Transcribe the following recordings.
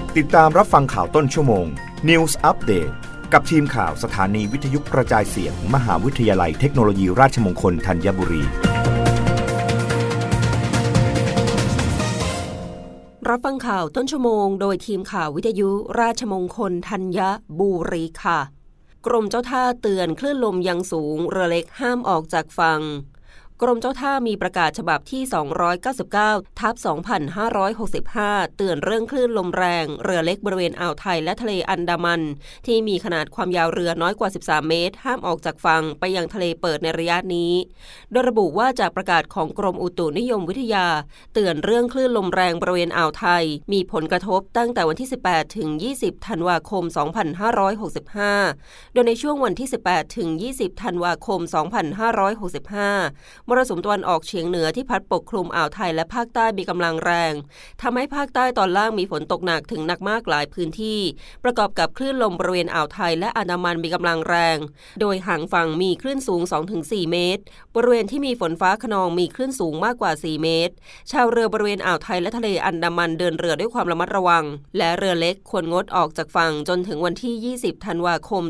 ติดตามรับฟังข่าวต้นชั่วโมง News Update กับทีมข่าวสถานีวิทยุกระจายเสียง มหาวิทยาลัยเทคโนโลยีราชมงคลธัญบุรีรับฟังข่าวต้นชั่วโมงโดยทีมข่าววิทยุราชมงคลธัญบุรีค่ะกรมเจ้าท่าเตือนคลื่นลมยังสูงเรือเล็กห้ามออกจากฝั่งกรมเจ้าท่ามีประกาศฉบับที่299/2565เตือนเรื่องคลื่นลมแรงเรือเล็กบริเวณอ่าวไทยและทะเลอันดามันที่มีขนาดความยาวเรือน้อยกว่า13เมตรห้ามออกจากฝั่งไปยังทะเลเปิดในระยะนี้โดยระบุว่าจากประกาศของกรมอุตุนิยมวิทยาเตือนเรื่องคลื่นลมแรงบริเวณอ่าวไทยมีผลกระทบตั้งแต่วันที่18ถึง20ธันวาคม2565โดยในช่วงวันที่18ถึง20ธันวาคม2565มรสุมตะวันออกเฉียงเหนือที่พัดปกคลุมอ่าวไทยและภาคใต้มีกำลังแรงทำให้ภาคใต้ตอนล่างมีฝนตกหนักถึงหนักมากหลายพื้นที่ประกอบกับคลื่นลมบริเวณอ่าวไทยและอันดามันมีกำลังแรงโดยห่างฝั่งมีคลื่นสูง 2-4 เมตรบริเวณที่มีฝนฟ้าคะนองมีคลื่นสูงมากกว่า4เมตรชาวเรือบริเวณอ่าวไทยและทะเลอันดามันเดินเรือด้วยความระมัดระวังและเรือเล็กควรงดออกจากฝั่งจนถึงวันที่20ธันวาคม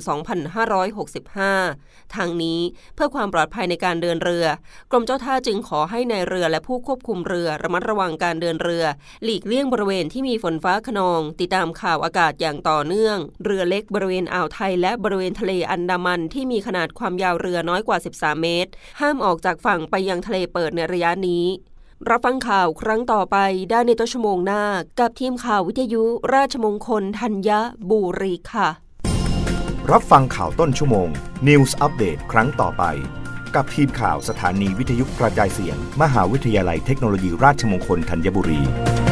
2565ทางนี้เพื่อความปลอดภัยในการเดินเรือกรมเจ้าท่าจึงขอให้ในเรือและผู้ควบคุมเรือระมัดระวังการเดินเรือหลีกเลี่ยงบริเวณที่มีฝนฟ้าคะนองติดตามข่าวอากาศอย่างต่อเนื่องเรือเล็กบริเวณอ่าวไทยและบริเวณทะเลอันดามันที่มีขนาดความยาวเรือน้อยกว่า13เมตรห้ามออกจากฝั่งไปยังทะเลเปิดในระยะนี้รับฟังข่าวครั้งต่อไปได้ในต้นชั่วโมงหน้ากับทีมข่าววิทยุราชมงคลธัญบุรีค่ะรับฟังข่าวต้นชั่วโมง News Update ครั้งต่อไปกับทีมข่าวสถานีวิทยุกระจายเสียงมหาวิทยาลัยเทคโนโลยีราชมงคลธัญบุรี